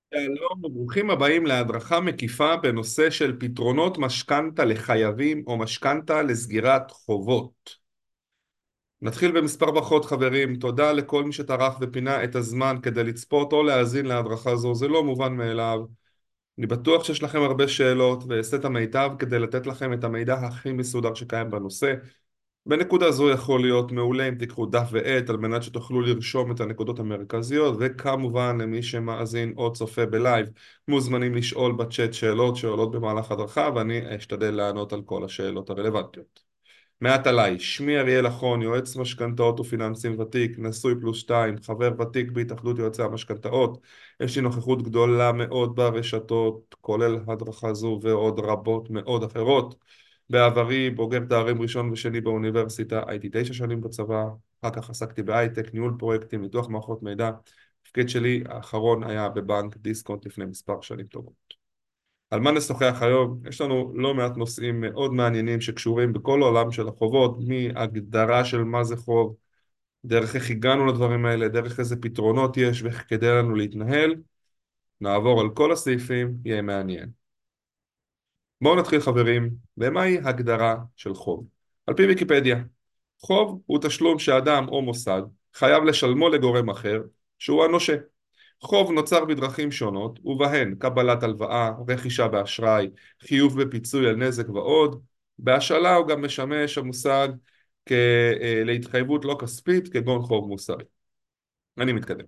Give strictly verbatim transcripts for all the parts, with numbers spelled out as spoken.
שלום וברוכים הבאים להדרכה מקיפה בנושא של פתרונות משכנתה לחייבים או משכנתה לסגירת חובות. נתחיל במספר ברכות חברים, תודה לכל מי שטרח ופינה את הזמן כדי לצפות או להאזין להדרכה זו, זה לא מובן מאליו. אני בטוח שיש לכם הרבה שאלות ואעשה את המיטב כדי לתת לכם את המידע הכי מסודר שקיים בנושא. בנקודה זו יכול להיות מעולה אם תיקחו דף ועט על מנת שתוכלו לרשום את הנקודות המרכזיות, וכמובן למי שמאזין או צופה בלייב מוזמנים לשאול בצ'אט שאלות שעולות במהלך הדרכה ואני אשתדל לענות על כל השאלות הרלוונטיות. מעט עליי, שמי אריאל אחרון, יועץ משכנתאות ופיננסים ותיק, נשוי פלוס שתיים, חבר ותיק בהתאחדות יועצי המשכנתאות. יש לי נוכחות גדולה מאוד ברשתות, כולל הדרכה זו ועוד רבות מאוד אחרות. בעברי בוגר תארים ראשון ושני באוניברסיטה, הייתי תשע שנים בצבא, אחר כך עסקתי בהייטק, ניהול פרויקטים, ניתוח מערכות מידע. התפקיד שלי האחרון היה בבנק דיסקונט לפני מספר שנים טובות. על מה נשוחח היום? יש לנו לא מעט נושאים מאוד מעניינים שקשורים בכל העולם של החובות, מהגדרה של מה זה חוב, דרך איך הגענו לדברים האלה, דרך איזה פתרונות יש ואיך כדאי לנו להתנהל. נעבור על כל הסעיפים, יהיה מעניין. בואו נתחיל חברים, ומהי הגדרה של חוב? על פי ויקיפדיה, חוב הוא תשלום שאדם או מוסד חייב לשלמו לגורם אחר שהוא הנושה. חוב נוצר בדרכים שונות, ובהן קבלת הלוואה, רכישה באשראי, חיוב בפיצוי על נזק ועוד. בהשאלה הוא גם משמש המושג כ- אה, להתחייבות לא כספית כגון חוב מוסרי. אני מתקדם.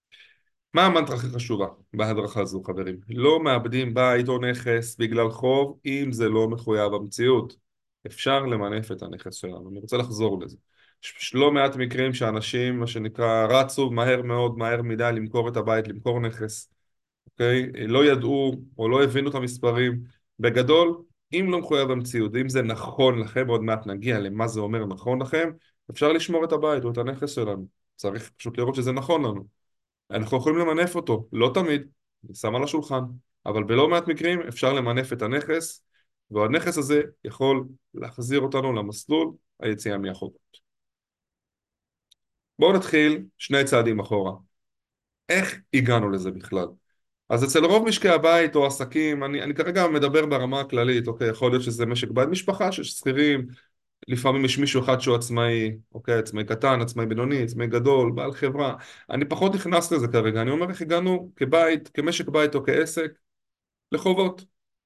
מה המנטרה הכי חשובה בהדרכה הזו חברים? לא מאבדים בית או נכס בגלל חוב אם זה לא מחויב המציאות. אפשר למנף את הנכס שלנו, אני רוצה לחזור לזה. יש לא מעט מקרים שאנשים, מה שנקרא, רצו מהר מאוד, מהר מדי למכור את הבית, למכור נכס, אוקיי? לא ידעו או לא הבינו את המספרים. בגדול, אם לא מחויב המציאות, אם זה נכון לכם, עוד מעט נגיע למה זה אומר נכון לכם, אפשר לשמור את הבית או את הנכס שלנו. צריך פשוט לראות שזה נכון לנו. אנחנו יכולים למנף אותו, לא תמיד, אני שם על השולחן, אבל בלא מעט מקרים אפשר למנף את הנכס, והנכס הזה יכול להחזיר אותנו למסלול היציאה מהחובות. בואו נתחיל שני צעדים אחורה. איך הגענו לזה בכלל? אז אצל רוב משקי הבית או עסקים, אני, אני כרגע מדבר ברמה הכללית, אוקיי, יכול להיות שזה משק בית, משפחה שיש שכירים, לפעמים יש מישהו אחד שהוא עצמאי, אוקיי, עצמאי קטן, עצמאי בינוני, עצמאי גדול, בעל חברה. אני פחות נכנס לזה כרגע, אני אומר איך הגענו כבית, כמשק בית או כעסק, לחובות.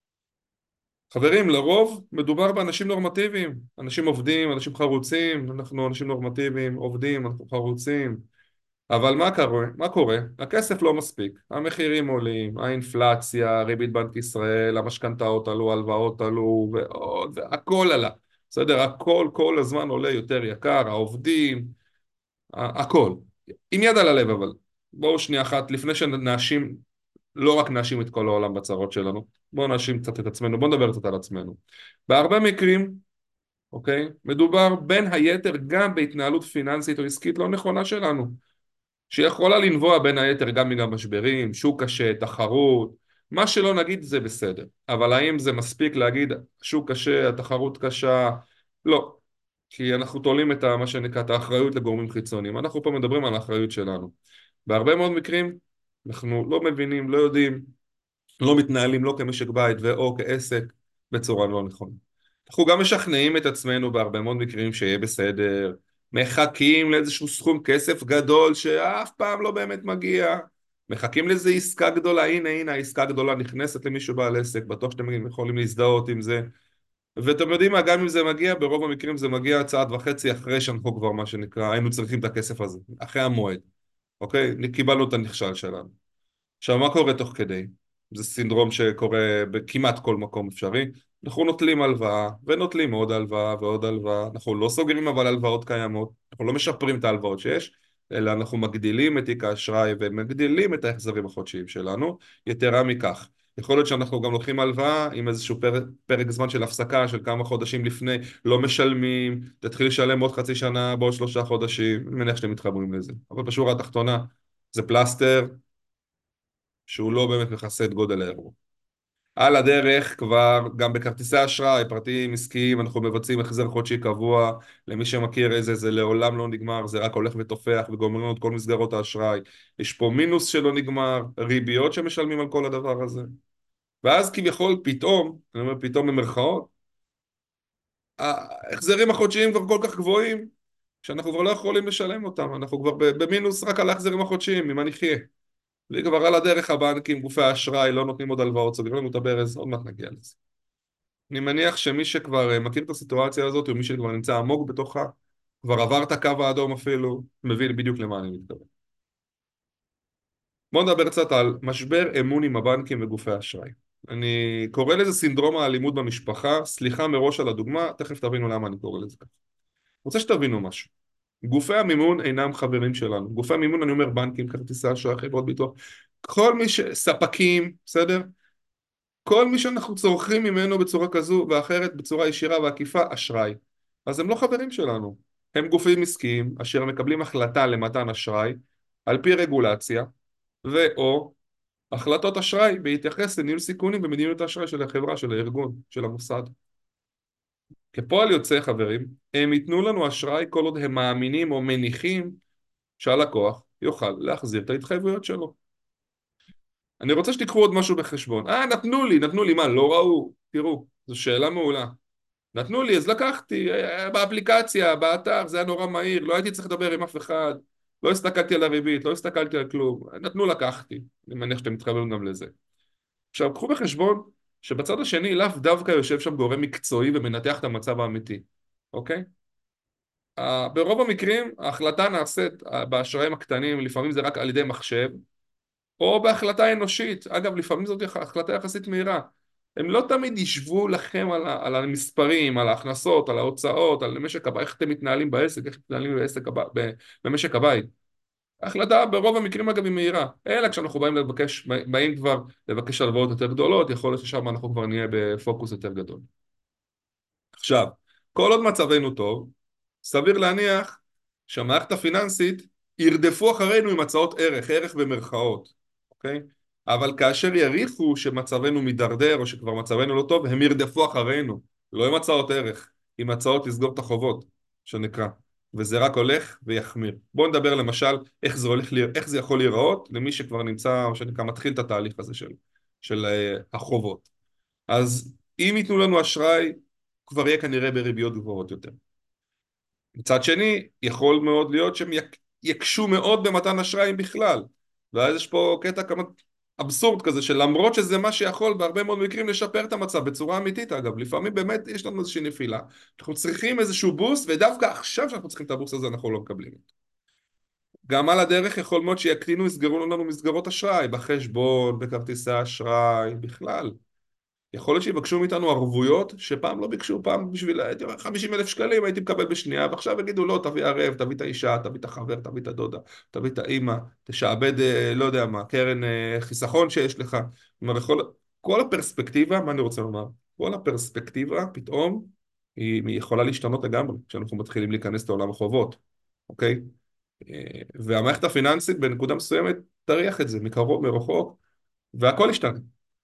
חברים, לרוב מדובר באנשים נורמטיביים, אנשים עובדים, אנשים חרוצים, אנחנו אנשים נורמטיביים, עובדים, אנחנו חרוצים, אבל מה קורה? מה קורה? הכסף לא מספיק, המחירים עולים, האינפלציה, ריבית בנק ישראל, המשכנתאות עלו, הלוואות עלו, ועוד, והכל עלה. בסדר? הכל כל הזמן עולה יותר יקר, העובדים, ה- הכל. עם יד על הלב אבל. בואו שנייה אחת, לפני שנאשים, לא רק נאשים את כל העולם בצרות שלנו, בואו נאשים קצת את עצמנו, בואו נדבר קצת על עצמנו. בהרבה מקרים, אוקיי, מדובר בין היתר גם בהתנהלות פיננסית או עסקית לא נכונה שלנו. שיכולה לנבוע בין היתר גם בגלל משברים, שוק קשה, תחרות, מה שלא נגיד זה בסדר. אבל האם זה מספיק להגיד שוק קשה, התחרות קשה? לא. כי אנחנו תולים את ה- מה שנקרא את האחריות לגורמים חיצוניים. אנחנו פה מדברים על האחריות שלנו. בהרבה מאוד מקרים אנחנו לא מבינים, לא יודעים, לא מתנהלים לא כמשק בית ואו כעסק בצורה לא נכונה. אנחנו גם משכנעים את עצמנו בהרבה מאוד מקרים שיהיה בסדר, מחכים לאיזשהו סכום כסף גדול שאף פעם לא באמת מגיע, מחכים לאיזו עסקה גדולה, הנה הנה העסקה הגדולה נכנסת למישהו בעל עסק, בטוח שאתם יכולים להזדהות עם זה, ואתם יודעים מה, גם אם זה מגיע, ברוב המקרים זה מגיע צעד וחצי אחרי שאנחנו כבר מה שנקרא, היינו צריכים את הכסף הזה, אחרי המועד, אוקיי? קיבלנו את הנכשל שלנו. עכשיו, מה קורה תוך כדי? זה סינדרום שקורה בכמעט כל מקום אפשרי. אנחנו נוטלים הלוואה, ונוטלים עוד הלוואה ועוד הלוואה. אנחנו לא סוגרים אבל הלוואות קיימות, אנחנו לא משפרים את ההלוואות שיש, אלא אנחנו מגדילים את תיק האשראי ומגדילים את ההחזרים החודשיים שלנו. יתרה מכך, יכול להיות שאנחנו גם לוקחים הלוואה עם איזשהו פרק, פרק זמן של הפסקה של כמה חודשים לפני, לא משלמים, תתחיל לשלם עוד חצי שנה, בעוד שלושה חודשים, אני מניח שאתם מתחברים לזה. אבל בשורה התחתונה, זה פלסטר, שהוא לא באמת מכסה את גודל האירוע. על הדרך כבר, גם בכרטיסי אשראי, פרטיים, עסקיים, אנחנו מבצעים החזר חודשי קבוע. למי שמכיר איזה, זה לעולם לא נגמר, זה רק הולך ותופח וגומרים לנו את כל מסגרות האשראי. יש פה מינוס שלא נגמר, ריביות שמשלמים על כל הדבר הזה. ואז כביכול פתאום, אני אומר פתאום במרכאות, ההחזרים החודשיים כבר כל כך גבוהים, שאנחנו כבר לא יכולים לשלם אותם, אנחנו כבר במינוס רק על ההחזרים החודשיים, ממה נחיה? וכבר על הדרך הבנקים, גופי האשראי, לא נותנים עוד הלוואות, סוגרים לנו את הברז, עוד מעט נגיע לזה. אני מניח שמי שכבר אה, מכיר את הסיטואציה הזאת, או מי שכבר נמצא עמוק בתוכה, כבר עבר את הקו האדום אפילו, מבין בדיוק למה אני מתכוון. בואו נדבר קצת על משבר אמון עם הבנקים וגופי האשראי. אני קורא לזה סינדרום האלימות במשפחה, סליחה מראש על הדוגמה, תכף תבינו למה אני קורא לזה ככה. רוצה שתבינו משהו. גופי המימון אינם חברים שלנו. גופי המימון, אני אומר בנקים, כרטיסי אשראי, חברות ביטוח, כל מי ש... ספקים, בסדר? כל מי שאנחנו צורכים ממנו בצורה כזו ואחרת, בצורה ישירה ועקיפה, אשראי. אז הם לא חברים שלנו. הם גופים עסקיים אשר מקבלים החלטה למתן אשראי על פי רגולציה ו/או החלטות אשראי בהתייחס לניהול סיכונים במדיניות האשראי של החברה, של הארגון, של המוסד. כפועל יוצא, חברים, הם ייתנו לנו אשראי כל עוד הם מאמינים או מניחים שהלקוח יוכל להחזיר את ההתחייבויות שלו. אני רוצה שתיקחו עוד משהו בחשבון. אה, נתנו לי, נתנו לי, מה, לא ראו? תראו, זו שאלה מעולה. נתנו לי, אז לקחתי, אה, באפליקציה, באתר, זה היה נורא מהיר, לא הייתי צריך לדבר עם אף אחד, לא הסתכלתי על הריבית, לא הסתכלתי על כלום, נתנו, לקחתי. אני מניח שאתם מתכוונים גם לזה. עכשיו, קחו בחשבון שבצד השני לאו דווקא יושב שם גורם מקצועי ומנתח את המצב האמיתי, אוקיי? Uh, ברוב המקרים ההחלטה נעשית uh, באשראים הקטנים, לפעמים זה רק על ידי מחשב, או בהחלטה אנושית. אגב, לפעמים זאת החלטה יחסית מהירה. הם לא תמיד ישבו לכם על, ה- על המספרים, על ההכנסות, על ההוצאות, על משק הבית, איך אתם מתנהלים בעסק, איך אתם מתנהלים בעסק, הב- ב- במשק הבית. ההחלטה ברוב המקרים אגב היא מהירה, אלא כשאנחנו באים לבקש, באים כבר לבקש הלוואות יותר גדולות, יכול להיות ששם אנחנו כבר נהיה בפוקוס יותר גדול. עכשיו, כל עוד מצבנו טוב, סביר להניח שהמערכת הפיננסית ירדפו אחרינו עם הצעות ערך, ערך במרכאות, אוקיי? אבל כאשר יריחו שמצבנו מידרדר או שכבר מצבנו לא טוב, הם ירדפו אחרינו, לא עם הצעות ערך, עם הצעות לסגור את החובות, שנקרא. וזה רק הולך ויחמיר. בואו נדבר למשל איך זה הולך, איך זה יכול להיראות למי שכבר נמצא, או שנקרא, מתחיל את התהליך הזה של, של uh, החובות. אז אם ייתנו לנו אשראי, כבר יהיה כנראה בריביות גבוהות יותר. מצד שני, יכול מאוד להיות שהם יקשו מאוד במתן אשראי בכלל. ואז יש פה קטע כמה אבסורד כזה, שלמרות שזה מה שיכול בהרבה מאוד מקרים לשפר את המצב בצורה אמיתית, אגב, לפעמים באמת יש לנו איזושהי נפילה. אנחנו צריכים איזשהו בוסט, ודווקא עכשיו שאנחנו צריכים את הבוסט הזה, אנחנו לא מקבלים אותו. גם על הדרך יכול מאוד שיקטינו, יסגרו לנו מסגרות אשראי, בחשבון, בכרטיסי אשראי, בכלל. יכול להיות שיבקשו מאיתנו ערבויות שפעם לא ביקשו, פעם בשביל חמישים אלף שקלים הייתי מקבל בשנייה, ועכשיו יגידו לא, תביא ערב, תביא את האישה, תביא את החבר, תביא את הדודה, תביא את האימא, תשעבד, אה, לא יודע מה, קרן אה, חיסכון שיש לך. כלומר, יכול, כל הפרספקטיבה, מה אני רוצה לומר? כל הפרספקטיבה פתאום היא, היא יכולה להשתנות לגמרי כשאנחנו מתחילים להיכנס לעולם החובות, אוקיי? אה, והמערכת הפיננסית בנקודה מסוימת תריח את זה מקרוב, מרחוק, והכל ישתנה.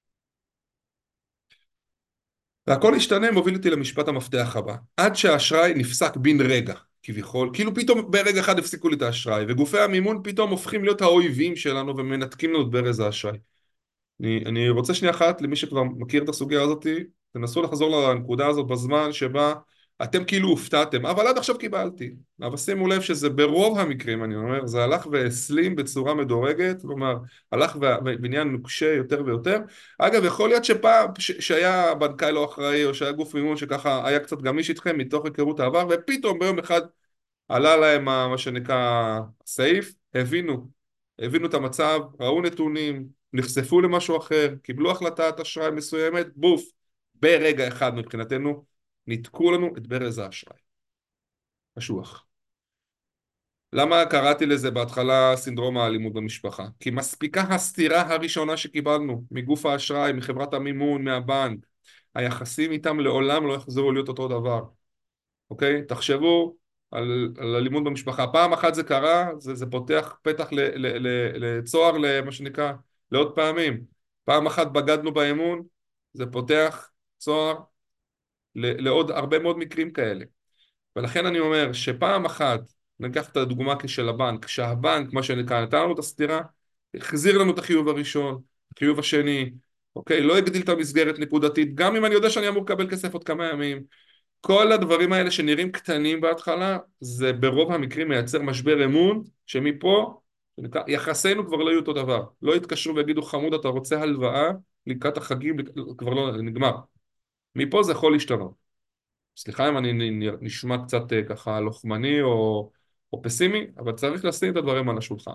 והכל השתנה, מוביל אותי למשפט המפתח הבא. עד שהאשראי נפסק בן רגע, כביכול, כאילו פתאום ברגע אחד הפסיקו לי את האשראי, וגופי המימון פתאום הופכים להיות האויבים שלנו ומנתקים לנו את ברז האשראי. אני, אני רוצה שנייה אחת, למי שכבר מכיר את הסוגיה הזאת, תנסו לחזור לנקודה הזאת בזמן שבה אתם כאילו הופתעתם, אבל עד עכשיו קיבלתי. אבל שימו לב שזה ברוב המקרים, אני אומר, זה הלך והסלים בצורה מדורגת, כלומר, הלך ובניין נוקשה יותר ויותר. אגב, יכול להיות שפעם, ש, שהיה בנקאי לא אחראי, או שהיה גוף מימון שככה היה קצת גמיש איתכם מתוך היכרות העבר, ופתאום ביום אחד עלה להם מה, מה שנקרא סעיף, הבינו, הבינו את המצב, ראו נתונים, נחשפו למשהו אחר, קיבלו החלטת אשראי מסוימת, בוף, ברגע אחד מבחינתנו, ניתקו לנו את ברז האשראי. קשוח. למה קראתי לזה בהתחלה סינדרום האלימות במשפחה? כי מספיקה הסתירה הראשונה שקיבלנו מגוף האשראי, מחברת המימון, מהבנק. היחסים איתם לעולם לא יחזרו להיות אותו דבר. אוקיי? תחשבו על, על אלימות במשפחה. פעם אחת זה קרה, זה, זה פותח פתח ל, ל, ל, לצוהר, למה שנקרא, לעוד פעמים. פעם אחת בגדנו באמון, זה פותח צוהר ל- לעוד הרבה מאוד מקרים כאלה. ולכן אני אומר שפעם אחת, ניקח את הדוגמה של הבנק, שהבנק, מה שנקרא, נתן לנו את הסתירה, החזיר לנו את החיוב הראשון, החיוב השני, אוקיי? לא הגדיל את המסגרת נקודתית, גם אם אני יודע שאני אמור לקבל כסף עוד כמה ימים. כל הדברים האלה שנראים קטנים בהתחלה, זה ברוב המקרים מייצר משבר אמון, שמפה, שנקרא, יחסינו כבר לא יהיו אותו דבר. לא יתקשרו ויגידו, חמוד, אתה רוצה הלוואה לקראת החגים, כבר לא נגמר. מפה זה יכול להשתנות. סליחה אם אני נשמע קצת אה, ככה לוחמני או, או פסימי, אבל צריך לשים את הדברים על השולחן.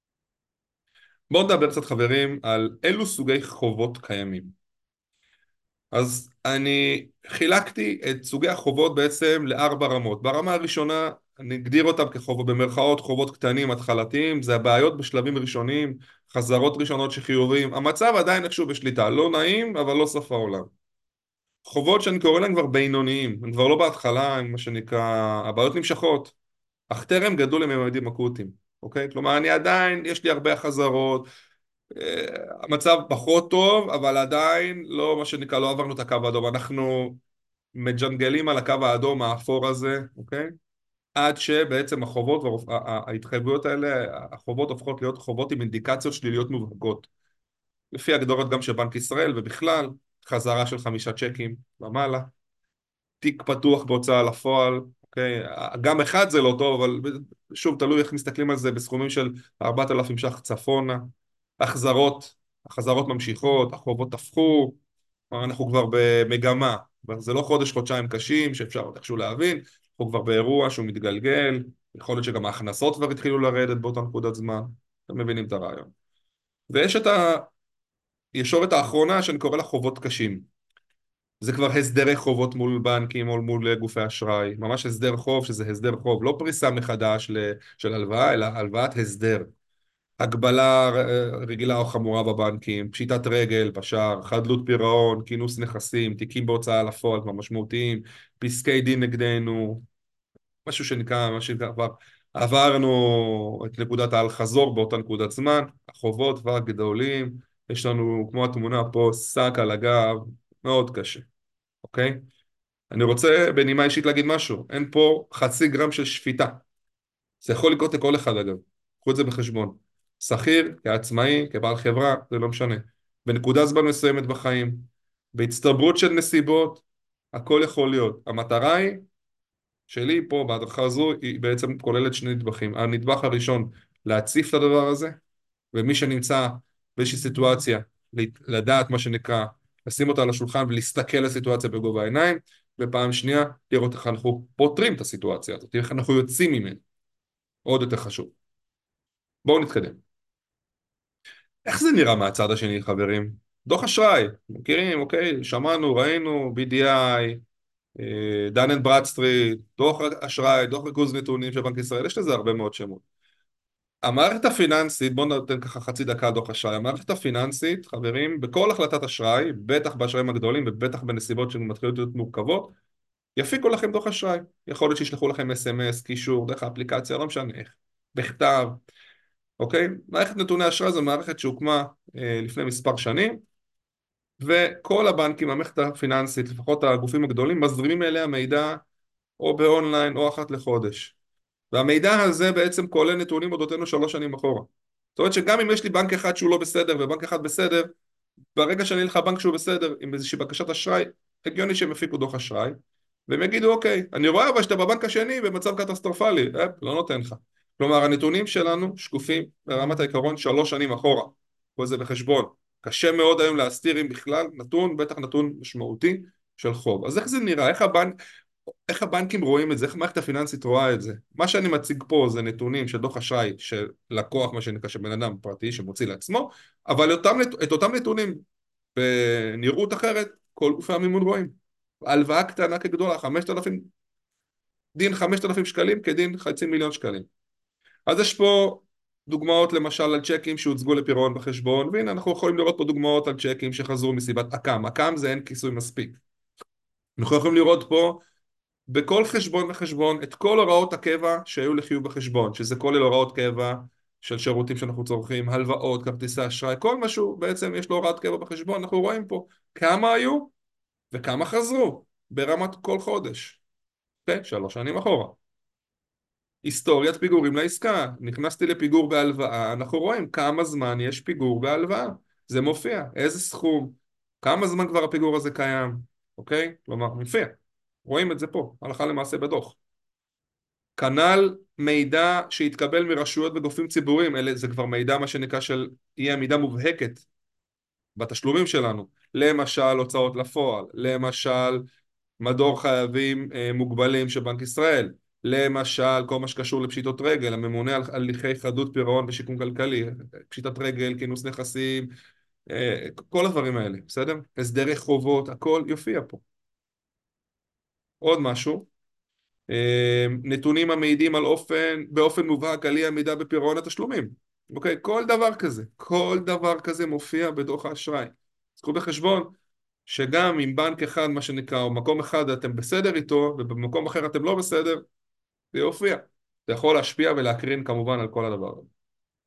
בואו נדבר קצת חברים על אילו סוגי חובות קיימים. אז אני חילקתי את סוגי החובות בעצם לארבע רמות. ברמה הראשונה אני אגדיר אותם כחובות במרכאות, חובות קטנים התחלתיים, זה הבעיות בשלבים ראשונים, חזרות ראשונות שחיובים, המצב עדיין איכשהו בשליטה, לא נעים אבל לא סוף העולם. חובות שאני קורא להם כבר בינוניים, הם כבר לא בהתחלה, הם מה שנקרא, הבעיות נמשכות, אך טרם גדלו לממדים אקוטיים, אוקיי? כלומר, אני עדיין, יש לי הרבה חזרות, אה, המצב פחות טוב, אבל עדיין לא, מה שנקרא, לא עברנו את הקו האדום, אנחנו מג'נגלים על הקו האדום האפור הזה, אוקיי? עד שבעצם החובות, ההתחייבויות האלה, החובות הופכות להיות חובות עם אינדיקציות שליליות מובהקות. לפי הגדרות גם של בנק ישראל, ובכלל, חזרה של חמישה צ'קים ומעלה. תיק פתוח בהוצאה לפועל, אוקיי? גם אחד זה לא טוב, אבל שוב, תלוי איך מסתכלים על זה בסכומים של ארבעת אלפים ש"ח צפונה, החזרות, החזרות ממשיכות, החובות תפחו, אנחנו כבר במגמה, זה לא חודש, חודשיים קשים שאפשר עוד איכשהו להבין, אנחנו כבר באירוע שהוא מתגלגל, יכול להיות שגם ההכנסות כבר התחילו לרדת באותה נקודת זמן, אתם מבינים את הרעיון. ויש את הישורת האחרונה שאני קורא לה חובות קשים. זה כבר הסדרי חובות מול בנקים או מול גופי אשראי, ממש הסדר חוב שזה הסדר חוב, לא פריסה מחדש של הלוואה, אלא הלוואת הסדר. הגבלה רגילה או חמורה בבנקים, פשיטת רגל בשער, חדלות פירעון, כינוס נכסים, תיקים בהוצאה לפועל כבר משמעותיים, פסקי דין נגדנו, משהו שנקרא, מה שנקרא, כבר עברנו את נקודת האל חזור באותה נקודת זמן, החובות כבר גדולים, יש לנו כמו התמונה פה שק על הגב, מאוד קשה. אוקיי? אני רוצה בנימה אישית להגיד משהו, אין פה חצי גרם של שפיטה. זה יכול לקרות לכל אחד אגב, קחו את זה בחשבון. שכיר, כעצמאי, כבעל חברה, זה לא משנה. בנקודה זמן מסוימת בחיים, בהצטברות של נסיבות, הכל יכול להיות. המטרה היא, שלי פה בהדרכה הזו, היא בעצם כוללת שני נדבכים. הנדבך הראשון, להציף את הדבר הזה, ומי שנמצא באיזושהי סיטואציה, לדעת מה שנקרא, לשים אותה על השולחן ולהסתכל על הסיטואציה בגובה העיניים, ופעם שנייה, לראות איך אנחנו פותרים את הסיטואציה הזאת, איך אנחנו יוצאים ממנה. עוד יותר חשוב. בואו נתקדם. איך זה נראה מהצד השני, חברים? דוח אשראי, מכירים, אוקיי? שמענו, ראינו, בי די איי, דן אנד ברדסטריט, דוח אשראי, דוח ריכוז נתונים של בנק ישראל, יש לזה הרבה מאוד שמות. המערכת הפיננסית, בואו ניתן ככה חצי דקה דוח אשראי, המערכת הפיננסית, חברים, בכל החלטת אשראי, בטח באשראים הגדולים ובטח בנסיבות שמתחילות להיות מורכבות, יפיקו לכם דוח אשראי. יכול להיות שישלחו לכם אס אם אס, קישור, דרך האפליקציה, לא משנה איך, בכתב, אוקיי? מערכת נתוני אשראי זו מערכת שהוקמה אה, לפני מספר שנים, וכל הבנקים, המערכת הפיננסית, לפחות הגופים הגדולים, מזרימים אליה מידע או באונליין או אחת לחודש. והמידע הזה בעצם כולל נתונים אודותינו שלוש שנים אחורה. זאת אומרת שגם אם יש לי בנק אחד שהוא לא בסדר ובנק אחד בסדר, ברגע שאני אלך לבנק שהוא בסדר עם איזושהי בקשת אשראי, הגיוני שהם יפיקו דוח אשראי, והם יגידו אוקיי, אני רואה אבל שאתה בבנק השני במצב קטסטרופלי, אה, לא נותן לך. כלומר הנתונים שלנו שקופים ברמת העיקרון שלוש שנים אחורה, כל זה בחשבון. קשה מאוד היום להסתיר אם בכלל נתון, בטח נתון משמעותי של חוב. אז איך זה נראה? איך הבנק, איך הבנקים רואים את זה? איך המערכת הפיננסית רואה את זה? מה שאני מציג פה זה נתונים של דוח אשראי של לקוח, מה שנקרא, של בן אדם פרטי שמוציא לעצמו, אבל אותם, את אותם נתונים בנראות אחרת, כל גופי המימון רואים. הלוואה קטנה כגדולה, חמשת אלפים, דין חמשת אלפים שקלים כדין חצי מיליון שקלים. אז יש פה דוגמאות למשל על צ'קים שהוצגו לפירעון בחשבון, והנה אנחנו יכולים לראות פה דוגמאות על צ'קים שחזרו מסיבת עקם. עקם זה אין כיסוי מספיק. אנחנו יכולים לראות פה בכל חשבון וחשבון את כל הוראות הקבע שהיו לחיוב בחשבון, שזה כולל הוראות קבע של שירותים שאנחנו צורכים, הלוואות, כרטיסי אשראי, כל משהו בעצם יש לו הוראת קבע בחשבון, אנחנו רואים פה כמה היו וכמה חזרו ברמת כל חודש, אוקיי? שלוש שנים אחורה. היסטוריית פיגורים לעסקה, נכנסתי לפיגור בהלוואה, אנחנו רואים כמה זמן יש פיגור בהלוואה, זה מופיע, איזה סכום, כמה זמן כבר הפיגור הזה קיים, אוקיי? כלומר, מופיע, רואים את זה פה, הלכה למעשה בדוח. כנ"ל מידע שהתקבל מרשויות וגופים ציבוריים, אלה זה כבר מידע מה שנקרא של אי עמידה מובהקת בתשלומים שלנו, למשל הוצאות לפועל, למשל מדור חייבים אה, מוגבלים של בנק ישראל, למשל כל מה שקשור לפשיטות רגל, הממונה על הליכי חדלות פירעון ושיקום כלכלי, פשיטת רגל, כינוס נכסים, אה, כל הדברים האלה, בסדר? הסדרי חובות, הכל יופיע פה. עוד משהו, אה, נתונים המעידים על אופן, באופן מובהק על אי עמידה בפירעון התשלומים, אוקיי? כל דבר כזה, כל דבר כזה מופיע בדוח האשראי. אז קחו בחשבון שגם אם בנק אחד, מה שנקרא, או מקום אחד אתם בסדר איתו, ובמקום אחר אתם לא בסדר, זה יופיע. זה יכול להשפיע ולהקרין כמובן על כל הדבר הזה.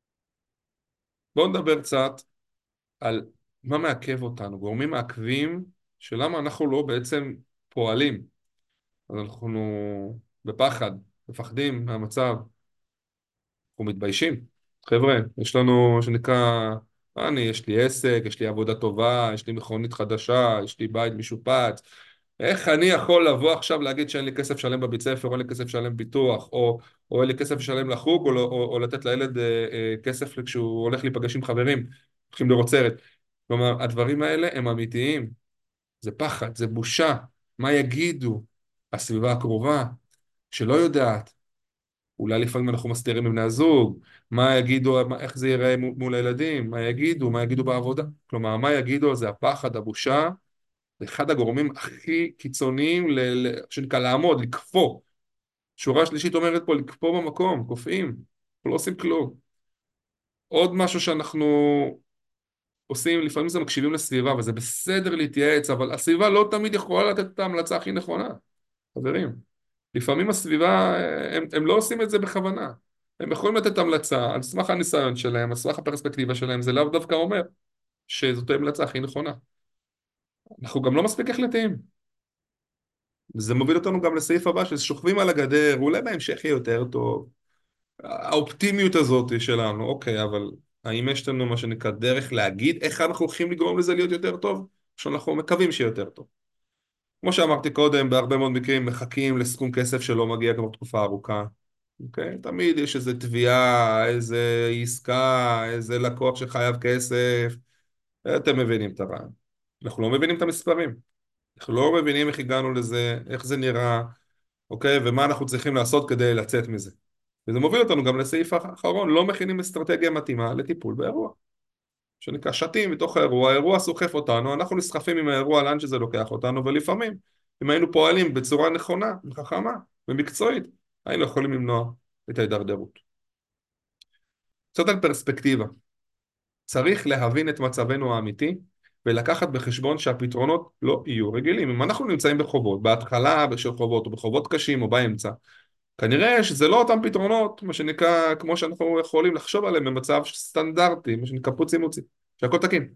בואו נדבר קצת על מה מעכב אותנו, גורמים מעכבים, שלמה אנחנו לא בעצם פועלים. אז אנחנו בפחד, מפחדים מהמצב, אנחנו מתביישים. חבר'ה, יש לנו, שנקרא, אני, יש לי עסק, יש לי עבודה טובה, יש לי מכונית חדשה, יש לי בית משופץ. איך אני יכול לבוא עכשיו להגיד שאין לי כסף שלם בבית ספר, או אין לי כסף שלם ביטוח, או, או אין לי כסף שלם לחוג, או, או, או לתת לילד אה, אה, כסף כשהוא הולך להיפגש עם חברים, הולכים לראות סרט. כלומר, הדברים האלה הם אמיתיים. זה פחד, זה בושה. מה יגידו הסביבה הקרובה שלא יודעת? אולי לפעמים אנחנו מסתירים מבני הזוג, מה יגידו, מה- איך זה ייראה מול מול הילדים, מה יגידו, מה יגידו בעבודה. כלומר, מה יגידו זה הפחד, הבושה, זה אחד הגורמים הכי קיצוניים, ל- ל- שנקרא לעמוד, לקפוא. שורה שלישית אומרת פה, לקפוא במקום, קופאים, אנחנו לא עושים כלום. עוד משהו שאנחנו עושים, לפעמים זה מקשיבים לסביבה, וזה בסדר להתייעץ, אבל הסביבה לא תמיד יכולה לתת את ההמלצה הכי נכונה, חברים. לפעמים הסביבה, הם, הם לא עושים את זה בכוונה. הם יכולים לתת המלצה על סמך הניסיון שלהם, על סמך הפרספקטיבה שלהם, זה לאו דווקא אומר שזאת ההמלצה הכי נכונה. אנחנו גם לא מספיק החלטיים. זה מוביל אותנו גם לסעיף הבא, ששוכבים על הגדר, אולי בהמשך יהיה יותר טוב. האופטימיות הזאת שלנו, אוקיי, אבל האם יש לנו מה שנקרא דרך להגיד איך אנחנו הולכים לגרום לזה להיות יותר טוב, או שאנחנו מקווים שיהיה יותר טוב? כמו שאמרתי קודם, בהרבה מאוד מקרים מחכים לסכום כסף שלא מגיע כבר תקופה ארוכה. אוקיי? תמיד יש איזו תביעה, איזה עסקה, איזה לקוח שחייב כסף. אתם מבינים את הרעיון. אנחנו לא מבינים את המספרים. אנחנו לא מבינים איך הגענו לזה, איך זה נראה, אוקיי? ומה אנחנו צריכים לעשות כדי לצאת מזה. וזה מוביל אותנו גם לסעיף האחרון, לא מכינים אסטרטגיה מתאימה לטיפול באירוע. שנקרא שתים בתוך האירוע, האירוע סוחף אותנו, אנחנו נסחפים עם האירוע לאן שזה לוקח אותנו, ולפעמים, אם היינו פועלים בצורה נכונה, חכמה ומקצועית, היינו יכולים למנוע את ההידרדרות. קצת על פרספקטיבה. צריך להבין את מצבנו האמיתי, ולקחת בחשבון שהפתרונות לא יהיו רגילים. אם אנחנו נמצאים בחובות, בהתחלה של חובות, או בחובות קשים, או באמצע, כנראה שזה לא אותם פתרונות, מה שנקרא, כמו שאנחנו יכולים לחשוב עליהם במצב סטנדרטי, מה שנקרא פוצי מוצי, שהכל תקין.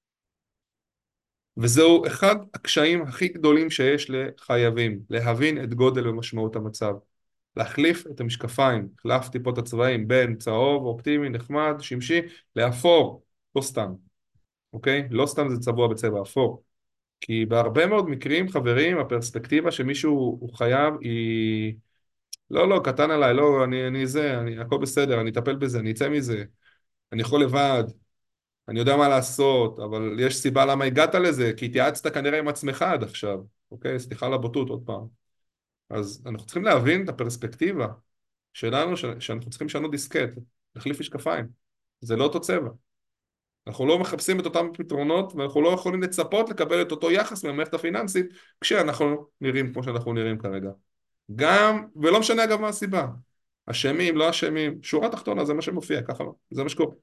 וזהו אחד הקשיים הכי גדולים שיש לחייבים, להבין את גודל ומשמעות המצב. להחליף את המשקפיים, החלפתי פה את הצבעים בין צהוב, אופטימי, נחמד, שמשי, לאפור, לא סתם, אוקיי? לא סתם זה צבוע בצבע אפור. כי בהרבה מאוד מקרים, חברים, הפרספקטיבה שמישהו הוא חייב היא... לא, לא, קטן עליי, לא, אני, אני זה, אני, הכל בסדר, אני אטפל בזה, אני אצא מזה, אני יכול לבד, אני יודע מה לעשות, אבל יש סיבה למה הגעת לזה, כי התייעצת כנראה עם עצמך עד עכשיו, אוקיי? סליחה על הבוטות עוד פעם. אז אנחנו צריכים להבין את הפרספקטיבה שלנו, ש... שאנחנו צריכים לשנות דיסקט, להחליף משקפיים. זה לא אותו צבע. אנחנו לא מחפשים את אותם פתרונות, ואנחנו לא יכולים לצפות לקבל את אותו יחס מהמערכת הפיננסית, כשאנחנו נראים כמו שאנחנו נראים כרגע. גם, ולא משנה אגב מה הסיבה. אשמים, לא אשמים, שורה תחתונה זה מה שמופיע, ככה לא, זה מה שקורה.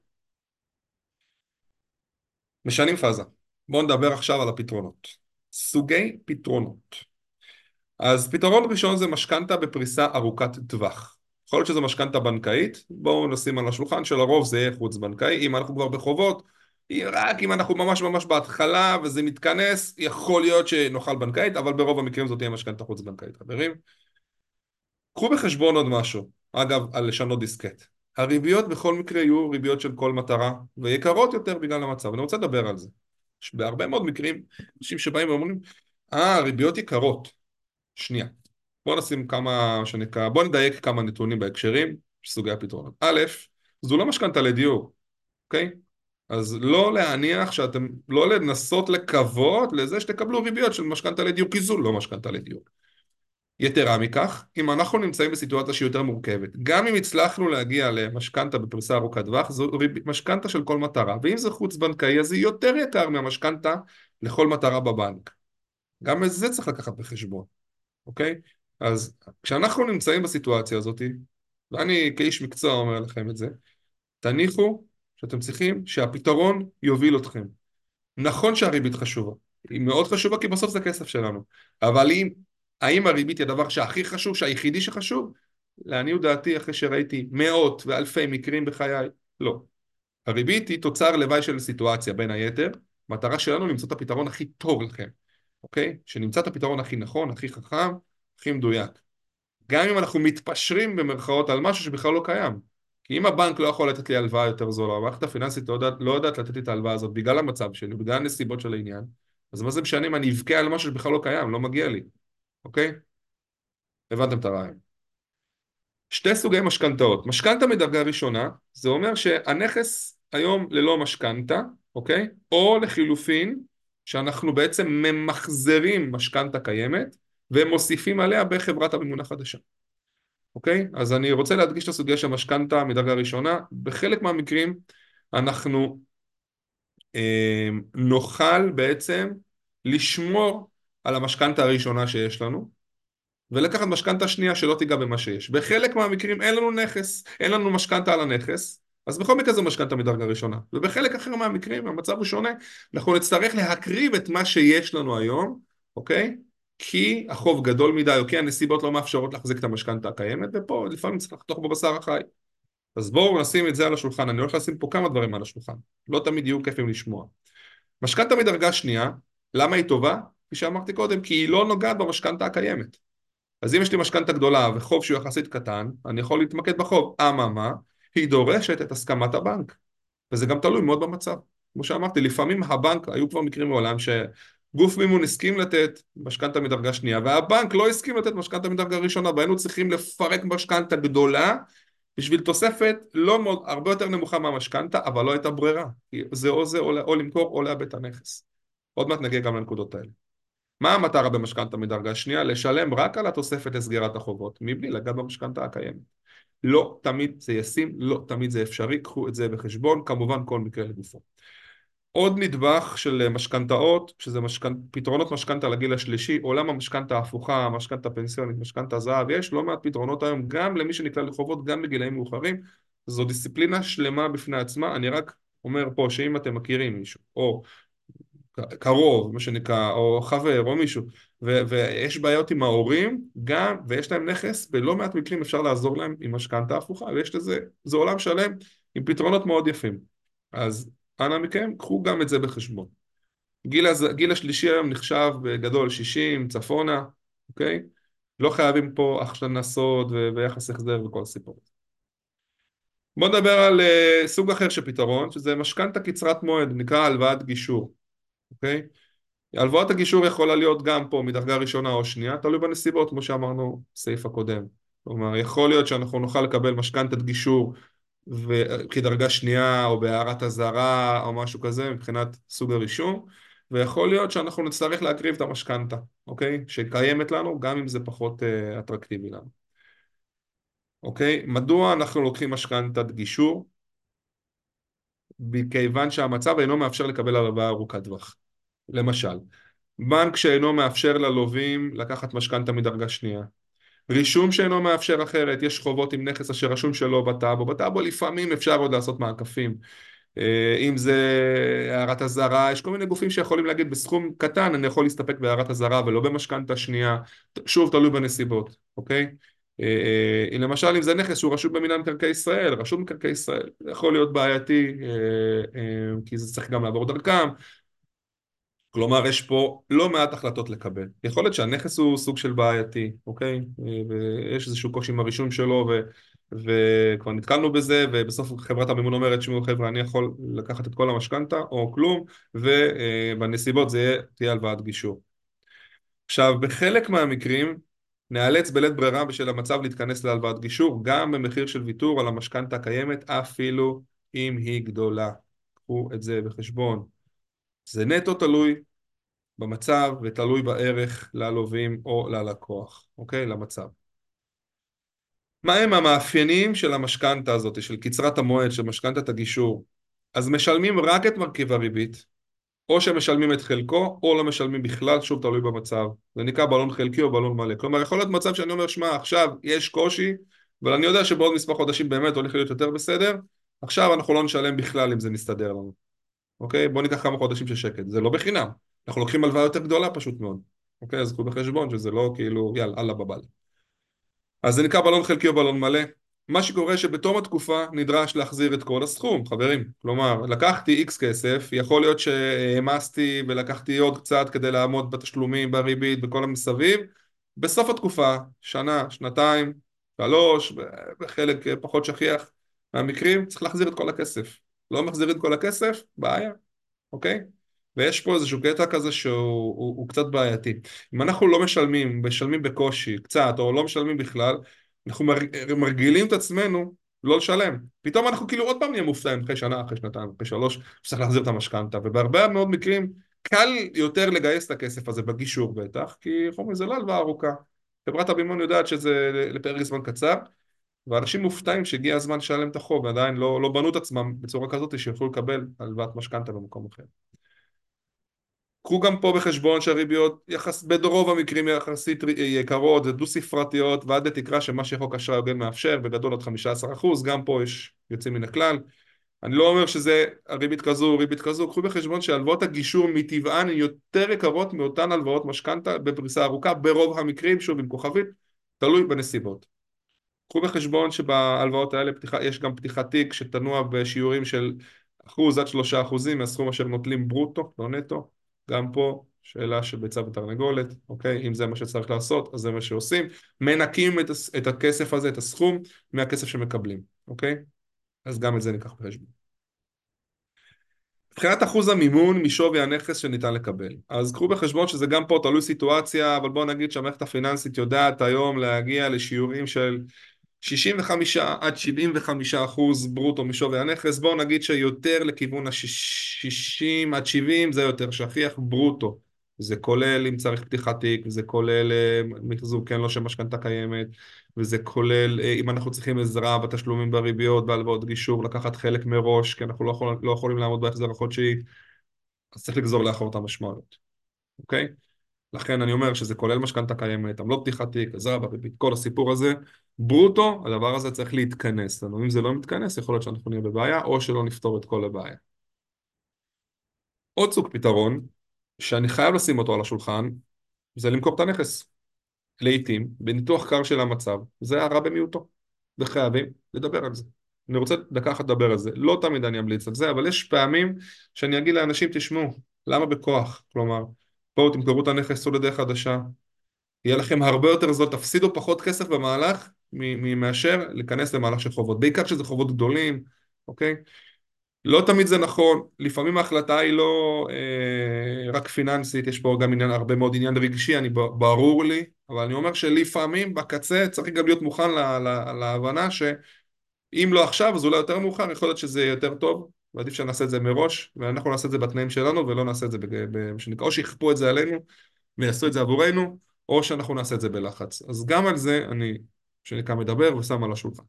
משנים פאזה. בואו נדבר עכשיו על הפתרונות. סוגי פתרונות. אז פתרון ראשון זה משכנתה בפריסה ארוכת טווח. יכול להיות שזה משכנתה בנקאית, בואו נשים על השולחן שלרוב זה יהיה חוץ בנקאי, אם אנחנו כבר בחובות, רק אם אנחנו ממש ממש בהתחלה וזה מתכנס, יכול להיות שנוכל בנקאית, אבל ברוב המקרים זאת תהיה משכנתה חוץ בנקאית, חברים. קחו בחשבון עוד משהו, אגב, על לשנות דיסקט. הריביות בכל מקרה יהיו ריביות של כל מטרה, ויקרות יותר בגלל המצב. אני רוצה לדבר על זה. יש בהרבה מאוד מקרים, אנשים שבאים ואומרים, אה, ריביות יקרות. שנייה. בואו נשים כמה, שנקרא, בואו נדייק כמה נתונים בהקשרים, סוגי הפתרונות. א', זו לא משכנתה לדיור, אוקיי? אז לא להניח שאתם, לא לנסות לקוות לזה שתקבלו ריביות של משכנתה לדיור, כי זו לא משכנתה לדיור. יתרה מכך, אם אנחנו נמצאים בסיטואציה שהיא יותר מורכבת, גם אם הצלחנו להגיע למשכנתה בפריסה ארוכת טווח, זו משכנתה של כל מטרה, ואם זה חוץ בנקאי, אז היא יותר יקר מהמשכנתה לכל מטרה בבנק. גם את זה צריך לקחת בחשבון, אוקיי? אז כשאנחנו נמצאים בסיטואציה הזאת, ואני כאיש מקצוע אומר לכם את זה, תניחו שאתם צריכים שהפתרון יוביל אתכם. נכון שהריבית חשובה, היא מאוד חשובה כי בסוף זה כסף שלנו, אבל אם, האם הריבית היא הדבר שהכי חשוב, שהיחידי שחשוב? לעניות דעתי, אחרי שראיתי מאות ואלפי מקרים בחיי, לא. הריבית היא תוצר לוואי של סיטואציה בין היתר, מטרה שלנו למצוא את הפתרון הכי טוב לכם, אוקיי? שנמצא את הפתרון הכי נכון, הכי חכם, הכי מדויק. גם אם אנחנו מתפשרים במרכאות על משהו שבכלל לא קיים. כי אם הבנק לא יכול לתת לי הלוואה יותר זולה, המערכת הפיננסית לא יודעת, לא יודעת לתת לי את ההלוואה הזאת בגלל המצב שלי, בגלל הנסיבות של העניין, אז מה זה משנה אם אני אבכה על משהו שבכלל לא קיים, לא מגיע לי, אוקיי? הבנתם את הרעיון. שתי סוגי משכנתאות. משכנתה מדרגה ראשונה, זה אומר שהנכס היום ללא משכנתה, אוקיי? או לחילופין, שאנחנו בעצם ממחזרים משכנתה קיימת, ומוסיפים עליה בחברת המימון החדשה. אוקיי? אז אני רוצה להדגיש את הסוגיה של משכנתה מדרגה ראשונה. בחלק מהמקרים אנחנו אה, נוכל בעצם לשמור על המשכנתה הראשונה שיש לנו, ולקחת משכנתה שנייה שלא תיגע במה שיש. בחלק מהמקרים אין לנו נכס, אין לנו משכנתה על הנכס, אז בכל מקרה זו משכנתה מדרגה ראשונה. ובחלק אחר מהמקרים המצב הוא שונה, אנחנו נצטרך להקריב את מה שיש לנו היום, אוקיי? כי החוב גדול מדי, או כי הנסיבות לא מאפשרות להחזיק את המשכנתה הקיימת, ופה לפעמים צריך לחתוך בבשר החי. אז בואו נשים את זה על השולחן, אני הולך לשים פה כמה דברים על השולחן, לא תמיד יהיו כיפים לשמוע. משכנתה מדרגה שנייה, למה היא טובה? כפי שאמרתי קודם, כי היא לא נוגעת במשכנתה הקיימת. אז אם יש לי משכנתה גדולה וחוב שהוא יחסית קטן, אני יכול להתמקד בחוב. אממה, היא דורשת את הסכמת הבנק. וזה גם תלוי מאוד במצב. כמו שאמרתי, לפעמים הבנק, היו כבר מקרים מעולם שגוף מימון הסכים לתת משכנתה מדרגה שנייה, והבנק לא הסכים לתת משכנתה מדרגה ראשונה, והיינו צריכים לפרק משכנתה גדולה, בשביל תוספת לא מאוד, הרבה יותר נמוכה מהמשכנתה, אבל לא הייתה ברירה. זה או זה, או, או למכור, או לאבד את הנכס. עוד מעט נגיע גם לנקודות האלה. מה המטרה במשכנתה מדרגה שנייה? לשלם רק על התוספת לסגירת החובות, מבלי לגעת במשכנתה הקיימת. לא תמיד זה ישים, לא תמיד זה אפשרי, קחו את זה בחשבון, כמובן כל מקרה לגופו. עוד נדבך של משכנתאות, שזה משכנ... פתרונות משכנתה לגיל השלישי, עולם המשכנתה ההפוכה, משכנתה פנסיונית, משכנתה זהב, יש לא מעט פתרונות היום, גם למי שנקלע לחובות, גם בגילאים מאוחרים, זו דיסציפלינה שלמה בפני עצמה, אני רק אומר פה שאם אתם מכירים מישהו, או קרוב, מה שנקרא, או חבר, או מישהו, ו- ויש בעיות עם ההורים, גם, ויש להם נכס, בלא מעט מקרים אפשר לעזור להם עם משכנתה הפוכה, ויש לזה, זה עולם שלם עם פתרונות מאוד יפים. אז אנא מכם, קחו גם את זה בחשבון. גיל, הז... גיל השלישי היום נחשב בגדול שישים, צפונה, אוקיי? לא חייבים פה הכנסות ו- ויחס החזר וכל הסיפור. בוא נדבר על uh, סוג אחר של פתרון, שזה משכנתה קצרת מועד, נקרא הלוואת גישור, אוקיי? הלוואת הגישור יכולה להיות גם פה מדרגה ראשונה או שנייה, תלוי בנסיבות, כמו שאמרנו בסעיף הקודם. כלומר, יכול להיות שאנחנו נוכל לקבל משכנתת גישור כדרגה שנייה, או בהערת אזהרה, או משהו כזה, מבחינת סוג הרישום, ויכול להיות שאנחנו נצטרך להקריב את המשכנתה, אוקיי? שקיימת לנו, גם אם זה פחות uh, אטרקטיבי לנו. אוקיי? מדוע אנחנו לוקחים משכנתת גישור? מכיוון שהמצב אינו מאפשר לקבל הלוואה ארוכת טווח. למשל, בנק שאינו מאפשר ללווים לקחת משכנתה מדרגה שנייה. רישום שאינו מאפשר אחרת, יש חובות עם נכס אשר רשום שלא בטאבו. בטאבו לפעמים אפשר עוד לעשות מעקפים. אם זה הערת אזהרה, יש כל מיני גופים שיכולים להגיד בסכום קטן אני יכול להסתפק בהערת אזהרה ולא במשכנתה שנייה. שוב, תלוי בנסיבות, אוקיי? אה, אה, למשל, אם זה נכס שהוא רשום במינהל מקרקעי ישראל, רשום מקרקעי ישראל, זה יכול להיות בעייתי, אה, אה, כי זה צריך גם לעבור דרכם. כלומר, יש פה לא מעט החלטות לקבל. יכול להיות שהנכס הוא סוג של בעייתי, אוקיי? אה, ויש איזשהו קושי עם הרישום שלו, ו... וכבר נתקלנו בזה, ובסוף חברת המימון אומרת, שמעו חבר'ה, אני יכול לקחת את כל המשכנתה, או כלום, ובנסיבות זה יהיה, תהיה הלוואת גישור. עכשיו, בחלק מהמקרים, נאלץ בלית ברירה בשל המצב להתכנס להלוואת גישור, גם במחיר של ויתור על המשכנתה הקיימת, אפילו אם היא גדולה. קחו את זה בחשבון. זה נטו תלוי במצב ותלוי בערך ללווים או ללקוח, אוקיי? למצב. מה הם המאפיינים של המשכנתה הזאת, של קצרת המועד, של משכנתת הגישור? אז משלמים רק את מרכיב הריבית, או שמשלמים את חלקו, או לא משלמים בכלל, שוב תלוי במצב. זה נקרא בלון חלקי או בלון מלא. כלומר, יכול להיות מצב שאני אומר, שמע, עכשיו יש קושי, אבל אני יודע שבעוד מספר חודשים באמת הולך להיות יותר בסדר, עכשיו אנחנו לא נשלם בכלל אם זה מסתדר לנו. אוקיי? בואו ניקח כמה חודשים של שקט. זה לא בחינם. אנחנו לוקחים הלוואה יותר גדולה פשוט מאוד. אוקיי? אז קחו בחשבון שזה לא כאילו, יאללה, אללה בבל. אז זה נקרא בלון חלקי או בלון מלא. מה שקורה שבתום התקופה נדרש להחזיר את כל הסכום, חברים. כלומר, לקחתי איקס כסף, יכול להיות שהעמסתי ולקחתי עוד קצת כדי לעמוד בתשלומים, בריבית, בכל המסביב. בסוף התקופה, שנה, שנתיים, שלוש, בחלק פחות שכיח מהמקרים, צריך להחזיר את כל הכסף. לא מחזיר את כל הכסף, בעיה. אוקיי? ויש פה איזשהו קטע כזה שהוא הוא, הוא קצת בעייתי. אם אנחנו לא משלמים, משלמים בקושי, קצת, או לא משלמים בכלל, אנחנו מרג- מרגילים את עצמנו לא לשלם. פתאום אנחנו כאילו עוד פעם נהיה מופתעים אחרי שנה, אחרי שנתיים, אחרי שלוש, שצריך להחזיר את המשכנתה, ובהרבה מאוד מקרים קל יותר לגייס את הכסף הזה בגישור בטח, כי איך אומרים, זה לא הלוואה ארוכה. חברת המימון יודעת שזה לפרק זמן קצר, ואנשים מופתעים שהגיע הזמן לשלם את החוב, ועדיין לא, לא בנו את עצמם בצורה כזאת שיוכלו לקבל הלוואת משכנתה במקום אחר. קחו גם פה בחשבון שהריביות יחס, ברוב המקרים יחסית יקרות, זה דו ספרתיות ועד לתקרה שמה שחוק אשראי הוגן מאפשר, בגדול עד חמישה עשר אחוז, גם פה יש יוצאים מן הכלל. אני לא אומר שזה הריבית כזו, ריבית כזו, קחו בחשבון שהלוואות הגישור מטבען יותר יקרות מאותן הלוואות משכנתה בפריסה ארוכה, ברוב המקרים, שוב עם כוכבית, תלוי בנסיבות. קחו בחשבון שבהלוואות האלה פתיחה, יש גם פתיחת תיק שתנוע בשיעורים של אחוז עד שלושה אחוזים מהסכום אשר נוטלים ברוטו, לא נטו. גם פה שאלה של ביצה ותרנגולת, אוקיי? אם זה מה שצריך לעשות, אז זה מה שעושים. מנקים את, את הכסף הזה, את הסכום, מהכסף שמקבלים, אוקיי? אז גם את זה ניקח בחשבון. מבחינת אחוז המימון משווי הנכס שניתן לקבל. אז קחו בחשבון שזה גם פה תלוי סיטואציה, אבל בואו נגיד שהמערכת הפיננסית יודעת היום להגיע לשיעורים של שישים וחמישה עד שבעים וחמישה אחוז ברוטו משווי הנכס. בואו נגיד שיותר לכיוון ה-שישים עד שבעים זה יותר שכיח ברוטו. זה כולל אם צריך פתיחת תיק, וזה כולל אה, מחזור כן לא שמשכנתה קיימת, וזה כולל אה, אם אנחנו צריכים עזרה בתשלומים בריביות, בהלוואות גישור, לקחת חלק מראש, כי אנחנו לא, יכול, לא יכולים לעמוד בהחזר החודשי, אז צריך לגזור לאחור את המשמעות, אוקיי? לכן אני אומר שזה כולל משכנתה קיימת, עמלות פתיחת תיק, עזרה בריבית, כל הסיפור הזה, ברוטו, הדבר הזה צריך להתכנס לנו. אם זה לא מתכנס, יכול להיות שאנחנו נהיה בבעיה, או שלא נפתור את כל הבעיה. עוד סוג פתרון, שאני חייב לשים אותו על השולחן, זה למכור את הנכס. לעתים, בניתוח קר של המצב, זה הרע במיעוטו, וחייבים לדבר על זה. אני רוצה דקה אחת לדבר על זה. לא תמיד אני אמליץ על זה, אבל יש פעמים שאני אגיד לאנשים, תשמעו, למה בכוח? כלומר, בואו תמכרו את הנכס, סעו לדרך חדשה, יהיה לכם הרבה יותר זול, תפסידו פחות כסף במהלך מאשר להיכנס למהלך של חובות, בעיקר שזה חובות גדולים, אוקיי? לא תמיד זה נכון, לפעמים ההחלטה היא לא אה, רק פיננסית, יש פה גם עניין, הרבה מאוד עניין רגשי, אני ברור לי, אבל אני אומר שלפעמים בקצה צריך גם להיות מוכן לה, לה, להבנה שאם לא עכשיו אז אולי יותר מאוחר, יכול להיות שזה יותר טוב, ועדיף שנעשה את זה מראש, ואנחנו נעשה את זה בתנאים שלנו ולא נעשה את זה, במה או שיכפו את זה עלינו ויעשו את זה עבורנו, או שאנחנו נעשה את זה בלחץ. אז גם על זה אני, שנקרא מדבר ושם על השולחן.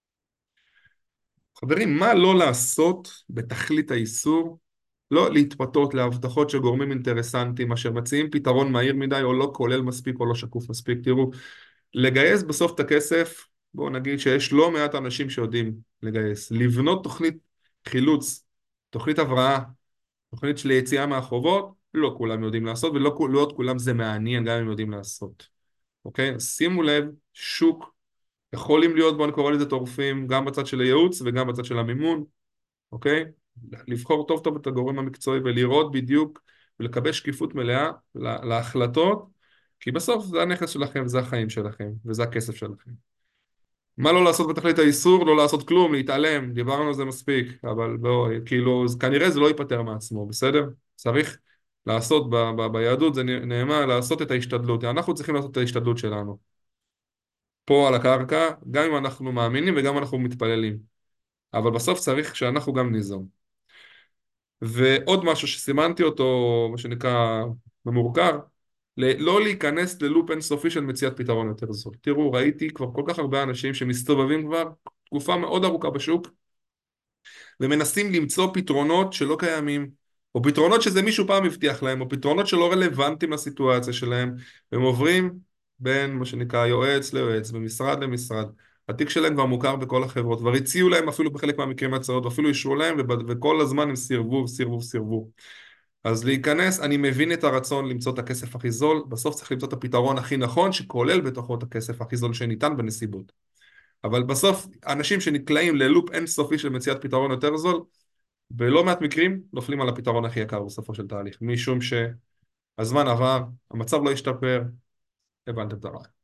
חברים, מה לא לעשות בתכלית האיסור? לא להתפתות להבטחות של גורמים אינטרסנטיים אשר מציעים פתרון מהיר מדי או לא כולל מספיק או לא שקוף מספיק. תראו, לגייס בסוף את הכסף, בואו נגיד שיש לא מעט אנשים שיודעים לגייס. לבנות תוכנית חילוץ, תוכנית הבראה, תוכנית של יציאה מהחובות, לא כולם יודעים לעשות, ולא לא, כולם זה מעניין גם אם יודעים לעשות. אוקיי? שימו לב, שוק יכולים להיות, בוא נקרא לזה טורפים, גם בצד של הייעוץ וגם בצד של המימון, אוקיי? לבחור טוב טוב את הגורם המקצועי ולראות בדיוק ולקבל שקיפות מלאה לה- להחלטות, כי בסוף זה הנכס שלכם, זה החיים שלכם וזה הכסף שלכם. מה לא לעשות בתכלית האיסור? לא לעשות כלום, להתעלם, דיברנו על זה מספיק, אבל לא, כאילו, אז כנראה זה לא ייפטר מעצמו, בסדר? צריך לעשות, ב, ב, ביהדות זה נאמר, לעשות את ההשתדלות, אנחנו צריכים לעשות את ההשתדלות שלנו, פה על הקרקע, גם אם אנחנו מאמינים וגם אם אנחנו מתפללים, אבל בסוף צריך שאנחנו גם ניזום. ועוד משהו שסימנתי אותו, מה שנקרא, ממורכר, ל- לא להיכנס ללופ אינסופי של מציאת פתרון יותר זול. תראו, ראיתי כבר כל כך הרבה אנשים שמסתובבים כבר תקופה מאוד ארוכה בשוק, ומנסים למצוא פתרונות שלא קיימים, או פתרונות שזה מישהו פעם הבטיח להם, או פתרונות שלא רלוונטיים לסיטואציה שלהם, והם עוברים בין מה שנקרא יועץ ליועץ, במשרד למשרד. התיק שלהם כבר מוכר בכל החברות, כבר הציעו להם אפילו בחלק מהמקרים הצעות, ואפילו אישרו להם, וב- וכל הזמן הם סירבו, סירבו, סירבו. אז להיכנס, אני מבין את הרצון למצוא את הכסף הכי זול, בסוף צריך למצוא את הפתרון הכי נכון, שכולל בתוכו את הכסף הכי זול שניתן בנסיבות. אבל בסוף, אנשים שנקלעים ללופ אינסופי של מציאת פתרון יותר זול, בלא מעט מקרים נופלים על הפתרון הכי יקר בסופו של תהליך, משום שהזמן עבר, המצב לא השתפר, הבנתם את הרעיון.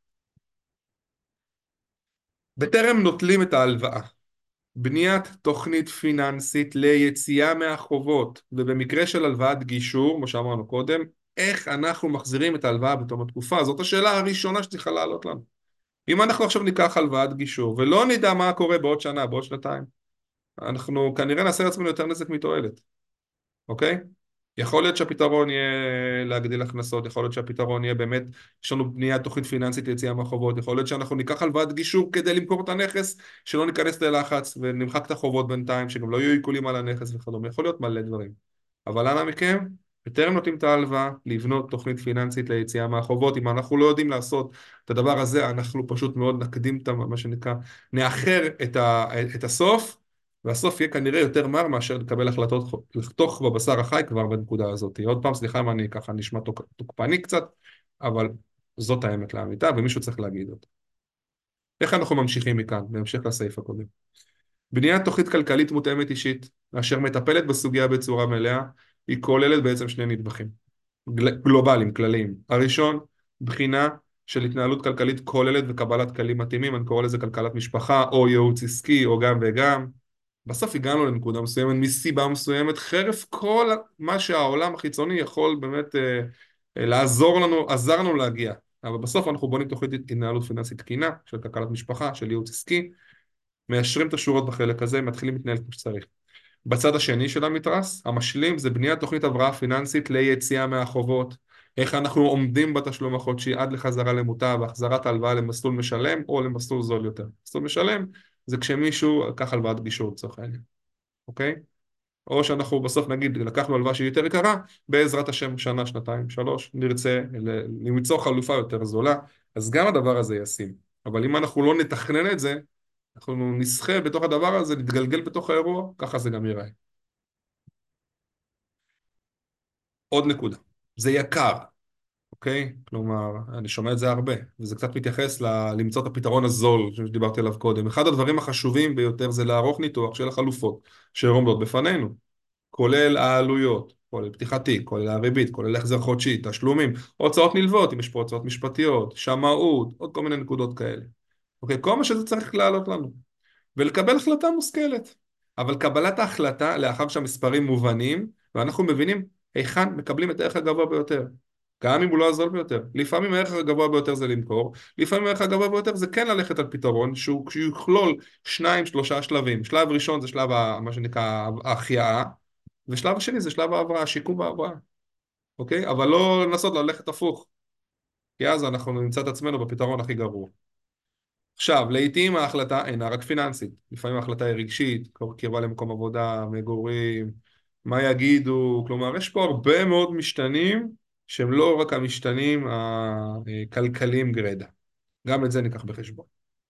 בטרם נוטלים את ההלוואה, בניית תוכנית פיננסית ליציאה מהחובות, ובמקרה של הלוואת גישור, כמו שאמרנו קודם, איך אנחנו מחזירים את ההלוואה בתום התקופה? זאת השאלה הראשונה שצריכה לעלות לנו. אם אנחנו עכשיו ניקח הלוואת גישור, ולא נדע מה קורה בעוד שנה, בעוד שנתיים, אנחנו כנראה נעשה לעצמנו יותר נזק מתועלת, אוקיי? יכול להיות שהפתרון יהיה להגדיל הכנסות, יכול להיות שהפתרון יהיה באמת, יש לנו בניית תוכנית פיננסית ליציאה מהחובות, יכול להיות שאנחנו ניקח הלוואת גישור כדי למכור את הנכס, שלא ניכנס ללחץ ונמחק את החובות בינתיים, שגם לא יהיו עיקולים על הנכס וכדומה, יכול להיות מלא דברים. אבל אנא מכם, בטרם נותנים את ההלוואה, לבנות תוכנית פיננסית ליציאה מהחובות. אם אנחנו לא יודעים לעשות את הדבר הזה, אנחנו פשוט מאוד נקדים את מה שנקרא, נאחר את, ה, את הסוף, והסוף יהיה כנראה יותר מהר מאשר לקבל החלטות, לחתוך בבשר החי כבר בנקודה הזאת. עוד פעם, סליחה אם אני ככה נשמע תוק, תוקפני קצת, אבל זאת האמת לאמיתה, ומישהו צריך להגיד אותה. איך אנחנו ממשיכים מכאן, בהמשך לסעיף הקודם? בניית תוכנית כלכלית מותאמת אישית, אשר מטפלת בסוגיה בצורה מלאה, היא כוללת בעצם שני נדבכים, גל- גלובליים, כלליים. הראשון, בחינה של התנהלות כלכלית כוללת וקבלת כלים מתאימים, אני קורא לזה כלכלת משפחה, או ייעוץ עסקי, או גם וגם. בסוף הגענו לנקודה מסוימת, מסיבה מסוימת, חרף כל מה שהעולם החיצוני יכול באמת אה, אה, לעזור לנו, עזר לנו להגיע. אבל בסוף אנחנו בונים תוכנית התנהלות פיננסית תקינה, של כלכלת משפחה, של ייעוץ עסקי, מיישרים את השורות בחלק הזה, מתחילים להתנהל כמו שצריך. בצד השני של המתרס, המשלים, זה בניית תוכנית הבראה פיננסית ליציאה מהחובות, איך אנחנו עומדים בתשלום החודשי עד לחזרה למוטב, והחזרת ההלוואה למסלול משלם או למסלול זול יותר. מסלול משלם זה כשמישהו לקח הלוואת גישור לצורך העניין, אוקיי? או שאנחנו בסוף נגיד, לקחנו הלוואה שהיא יותר יקרה, בעזרת השם שנה, שנתיים, שלוש, נרצה ל- למצוא חלופה יותר זולה, אז גם הדבר הזה ישים. אבל אם אנחנו לא נתכנן את זה, אנחנו נסחה בתוך הדבר הזה, נתגלגל בתוך האירוע, ככה זה גם ייראה. עוד נקודה, זה יקר, אוקיי? כלומר, אני שומע את זה הרבה, וזה קצת מתייחס ל- למצוא את הפתרון הזול שדיברתי עליו קודם. אחד הדברים החשובים ביותר זה לערוך ניתוח של החלופות שעומדות בפנינו, כולל העלויות, כולל פתיחת תיק, כולל הריבית, כולל החזר חודשי, תשלומים, הוצאות נלוות, אם יש פה הוצאות משפטיות, שמאות, עוד כל מיני נקודות כאלה. אוקיי? כל מה שזה צריך לעלות לנו. ולקבל החלטה מושכלת. אבל קבלת ההחלטה לאחר שהמספרים מובנים, ואנחנו מבינים היכן מקבלים את הערך הגבוה ביותר. גם אם הוא לא הזול ביותר. לפעמים הערך הגבוה ביותר זה למכור, לפעמים הערך הגבוה ביותר זה כן ללכת על פתרון שהוא יכלול שניים, שלושה שלבים. שלב ראשון זה שלב ה- מה שנקרא ההחייאה, ושלב השני זה שלב ההבראה, שיקום והבראה. אוקיי? אבל לא לנסות ללכת הפוך, כי אז אנחנו נמצא את עצמנו בפתרון הכי גרוע. עכשיו, לעתים ההחלטה אינה רק פיננסית, לפעמים ההחלטה היא רגשית, קרבה למקום עבודה, מגורים, מה יגידו, כלומר, יש פה הרבה מאוד משתנים שהם לא רק המשתנים הכלכליים גרידא, גם את זה ניקח בחשבון.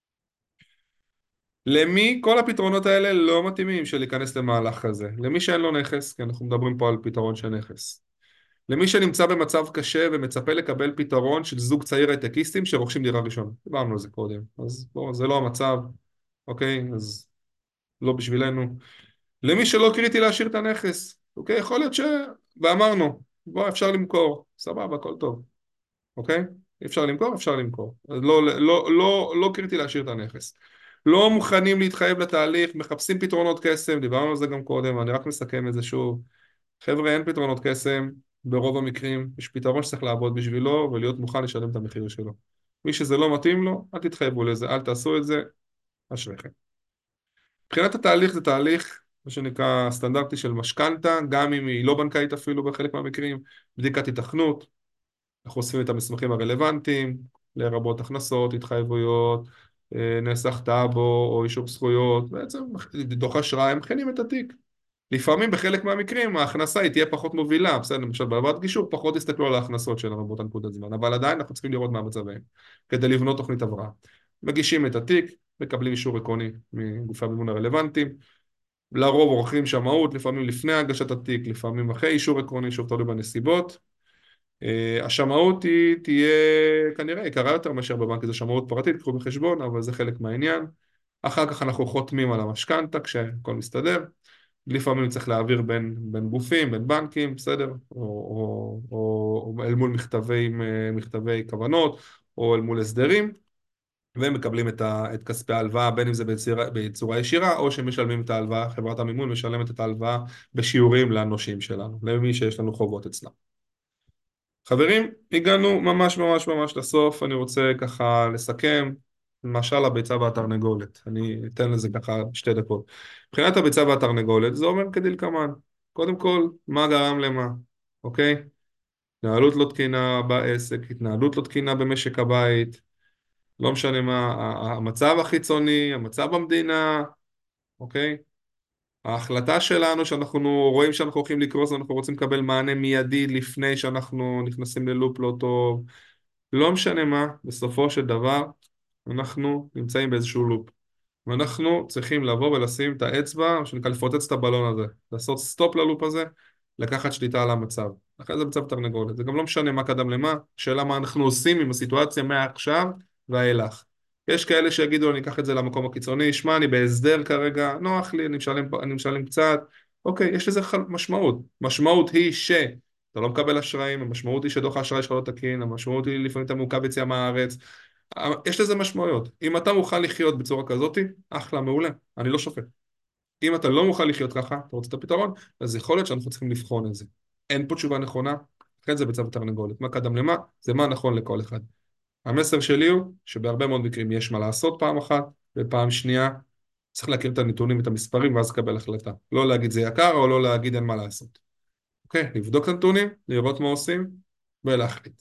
למי כל הפתרונות האלה לא מתאימים של להיכנס למהלך כזה? למי שאין לו נכס, כי אנחנו מדברים פה על פתרון של נכס. למי שנמצא במצב קשה ומצפה לקבל פתרון של זוג צעיר הייטקיסטים שרוכשים דירה ראשונה. דיברנו על זה קודם, אז בוא, זה לא המצב, אוקיי? אז לא בשבילנו. למי שלא קריטי להשאיר את הנכס, אוקיי? יכול להיות ש... ואמרנו, בוא, אפשר למכור, סבבה, הכל טוב, אוקיי? אפשר למכור, אפשר למכור. אז לא, לא, לא, לא קריטי להשאיר את הנכס. לא מוכנים להתחייב לתהליך, מחפשים פתרונות קסם, דיברנו על זה גם קודם, אני רק מסכם את זה שוב. חבר'ה, אין פתרונות קסם, ברוב המקרים יש פתרון שצריך לעבוד בשבילו ולהיות מוכן לשלם את המחיר שלו. מי שזה לא מתאים לו, אל תתחייבו לזה, אל תעשו את זה, אשריכם. מבחינת התהליך זה תהליך, מה שנקרא סטנדרטי של משכנתה, גם אם היא לא בנקאית אפילו בחלק מהמקרים, בדיקת היתכנות, אנחנו אוספים את המסמכים הרלוונטיים, לרבות הכנסות, התחייבויות, אה, נסח טאבו או אישור זכויות, בעצם דוח אשראי, הם מכינים את התיק. לפעמים בחלק מהמקרים ההכנסה היא תהיה פחות מובילה, בסדר, למשל בהלוואת גישור פחות יסתכלו על ההכנסות שלנו באותה נקודת זמן, אבל עדיין אנחנו צריכים לראות מה מצבהם כדי לבנות תוכנית הבראה. מגישים את התיק, מקבלים אישור עקרוני מגופי המימון הרלוונטיים, לרוב עורכים שמאות, לפעמים לפני הגשת התיק, לפעמים אחרי אישור עקרוני, שוב תלוי בנסיבות. Uh, השמאות היא תהיה כנראה יקרה יותר מאשר בבנק, זה שמאות פרטית, קחו בחשבון, אבל זה חלק מהעניין. אחר כך אנחנו חותמים על המשכנתה כשהכל מסתדר. לפעמים צריך להעביר בין, בין גופים, בין בנקים, בסדר? או, או, או, או אל מול מכתבי, מכתבי כוונות, או אל מול הסדרים, ומקבלים את, ה, את כספי ההלוואה, בין אם זה בצורה, בצורה ישירה, או שמשלמים את ההלוואה, חברת המימון משלמת את ההלוואה בשיעורים לנושים שלנו, למי שיש לנו חובות אצלם. חברים, הגענו ממש ממש ממש לסוף, אני רוצה ככה לסכם, למשל הביצה והתרנגולת, אני אתן לזה ככה שתי דקות. מבחינת הביצה והתרנגולת, זה אומר כדלקמן, קודם כל, מה גרם למה, אוקיי? התנהלות לא תקינה בעסק, התנהלות לא תקינה במשק הבית, לא משנה מה, המצב החיצוני, המצב במדינה, אוקיי? ההחלטה שלנו שאנחנו רואים שאנחנו הולכים לקרוס ואנחנו רוצים לקבל מענה מיידי לפני שאנחנו נכנסים ללופ לא טוב, לא משנה מה, בסופו של דבר אנחנו נמצאים באיזשהו לופ. ואנחנו צריכים לבוא ולשים את האצבע, מה שנקרא לפוצץ את הבלון הזה, לעשות סטופ ללופ הזה, לקחת שליטה על המצב. אחרי זה מצב תרנגולת. זה גם לא משנה מה קדם למה, שאלה מה אנחנו עושים עם הסיטואציה מעכשיו ואילך. יש כאלה שיגידו, אני אקח את זה למקום הקיצוני, שמע, אני בהסדר כרגע, נוח לי, אני משלם, אני משלם קצת. אוקיי, יש לזה משמעות. משמעות היא ש... אתה לא מקבל אשראים, המשמעות היא שדוח האשראי שלך לא תקין, המשמעות היא לפעמים אתה מעוכב יציאה מהארץ, יש לזה משמעויות. אם אתה מוכן לחיות בצורה כזאת, אחלה, מעולה, אני לא שופט. אם אתה לא מוכן לחיות ככה, אתה רוצה את הפתרון, אז יכול להיות שאנחנו צריכים לבחון את זה. אין פה תשובה נכונה, לכן זה ביצה ותרנגולת. מה קדם למה? זה מה נכון לכל אחד. המסר שלי הוא שבהרבה מאוד מקרים יש מה לעשות פעם אחת, ופעם שנייה צריך להכיר את הנתונים ואת המספרים ואז לקבל החלטה. לא להגיד זה יקר או לא להגיד אין מה לעשות. אוקיי, לבדוק את הנתונים, לראות מה עושים ולהחליט.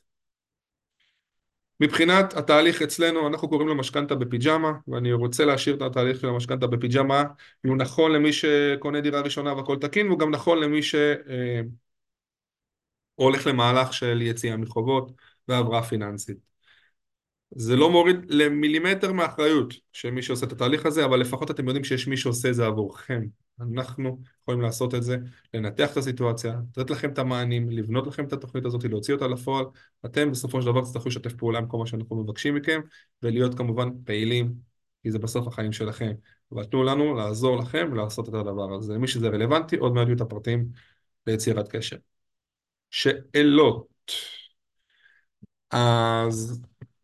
מבחינת התהליך אצלנו, אנחנו קוראים לו משכנתה בפיג'מה, ואני רוצה להשאיר את התהליך של המשכנתה בפיג'מה, הוא נכון למי שקונה דירה ראשונה והכל תקין, והוא גם נכון למי שהולך למהלך של יציאה מחובות והבראה פיננסית. זה לא מוריד למילימטר מהאחריות של מי שעושה את התהליך הזה, אבל לפחות אתם יודעים שיש מי שעושה את זה עבורכם. אנחנו יכולים לעשות את זה, לנתח את הסיטואציה, לתת לכם את המענים, לבנות לכם את התוכנית הזאת, להוציא אותה לפועל. אתם בסופו של דבר תצטרכו לשתף פעולה עם כל מה שאנחנו מבקשים מכם, ולהיות כמובן פעילים, כי זה בסוף החיים שלכם. אבל תנו לנו לעזור לכם ולעשות את הדבר הזה. מי שזה רלוונטי, עוד מעט יהיו את הפרטים ליצירת קשר. שאלות. אז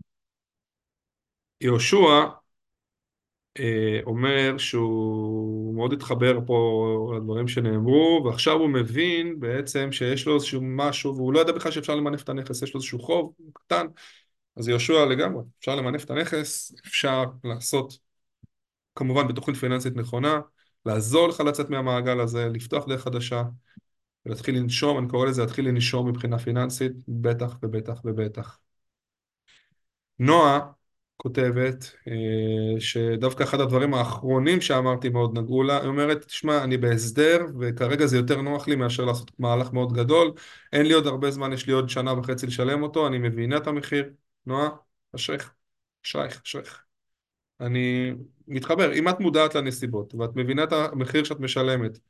יהושע אה, אומר שהוא מאוד התחבר פה לדברים שנאמרו, ועכשיו הוא מבין בעצם שיש לו איזשהו משהו, והוא לא ידע בכלל שאפשר למנף את הנכס, יש לו איזשהו חוב קטן, אז יהושע לגמרי, אפשר למנף את הנכס, אפשר לעשות כמובן בתוכנית פיננסית נכונה, לעזור לך לצאת מהמעגל הזה, לפתוח דרך חדשה, ולהתחיל לנשום, אני קורא לזה להתחיל לנשום מבחינה פיננסית, בטח ובטח ובטח. נועה כותבת אה, שדווקא אחד הדברים האחרונים שאמרתי מאוד נגעו לה, היא אומרת, תשמע, אני בהסדר וכרגע זה יותר נוח לי מאשר לעשות מהלך מאוד גדול, אין לי עוד הרבה זמן, יש לי עוד שנה וחצי לשלם אותו, אני מבינה את המחיר. נועה, אשריך, אשריך, אשריך. אני מתחבר, אם את מודעת לנסיבות ואת מבינה את המחיר שאת משלמת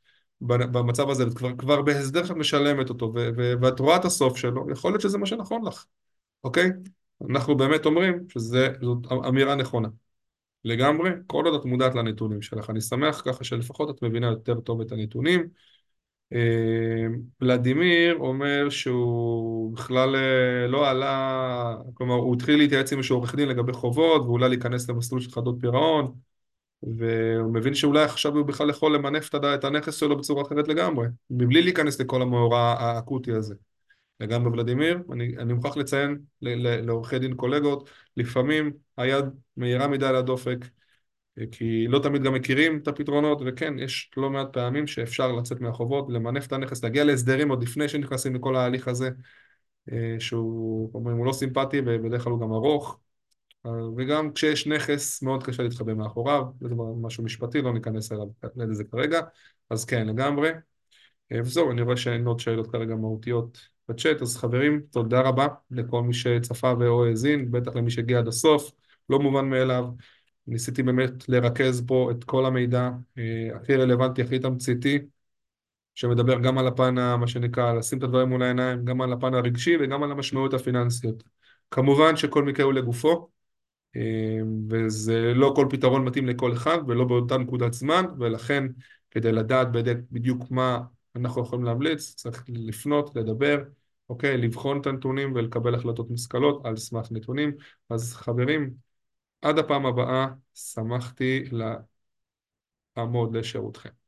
במצב הזה, ואת כבר, כבר בהסדר שאת משלמת אותו, ו- ו- ואת רואה את הסוף שלו, יכול להיות שזה מה שנכון לך, אוקיי? אנחנו באמת אומרים שזאת אמירה נכונה. לגמרי, כל עוד את מודעת לנתונים שלך. אני שמח ככה שלפחות את מבינה יותר טוב את הנתונים. אה, ולדימיר אומר שהוא בכלל אה, לא עלה, כלומר הוא התחיל להתייעץ עם איזשהו עורך דין לגבי חובות ואולי להיכנס למסלול של חדלות פירעון, והוא מבין שאולי עכשיו הוא בכלל יכול למנף את הד- את הנכס שלו בצורה אחרת לגמרי, מבלי להיכנס לכל המאורע האקוטי הזה. לגמרי ולדימיר, אני, אני מוכרח לציין ל- ל- לעורכי דין קולגות, לפעמים היד מהירה מדי על הדופק, כי לא תמיד גם מכירים את הפתרונות, וכן, יש לא מעט פעמים שאפשר לצאת מהחובות, למנף את הנכס, להגיע להסדרים עוד לפני שנכנסים לכל ההליך הזה, אה, שהוא, אומרים, הוא לא סימפטי ובדרך כלל הוא גם ארוך, אה, וגם כשיש נכס מאוד קשה להתחבא מאחוריו, זה דבר משהו משפטי, לא ניכנס אליו לזה כרגע, אז כן, לגמרי. אה, וזהו, אני רואה שאין עוד שאלות כרגע מהותיות בצ'אט, אז חברים, תודה רבה לכל מי שצפה ואו האזין, בטח למי שהגיע עד הסוף, לא מובן מאליו. ניסיתי באמת לרכז פה את כל המידע אה, הכי רלוונטי, הכי תמציתי, שמדבר גם על הפן, ה- מה שנקרא, לשים את הדברים מול העיניים, גם על הפן הרגשי וגם על המשמעויות הפיננסיות. כמובן שכל מקרה הוא לגופו, אה, וזה לא כל פתרון מתאים לכל אחד ולא באותה נקודת זמן, ולכן כדי לדעת בדיוק, בדיוק מה אנחנו יכולים להמליץ, צריך לפנות, לדבר, אוקיי, לבחון את הנתונים ולקבל החלטות מושכלות על סמך נתונים. אז חברים, עד הפעם הבאה, שמחתי לעמוד לשירותכם.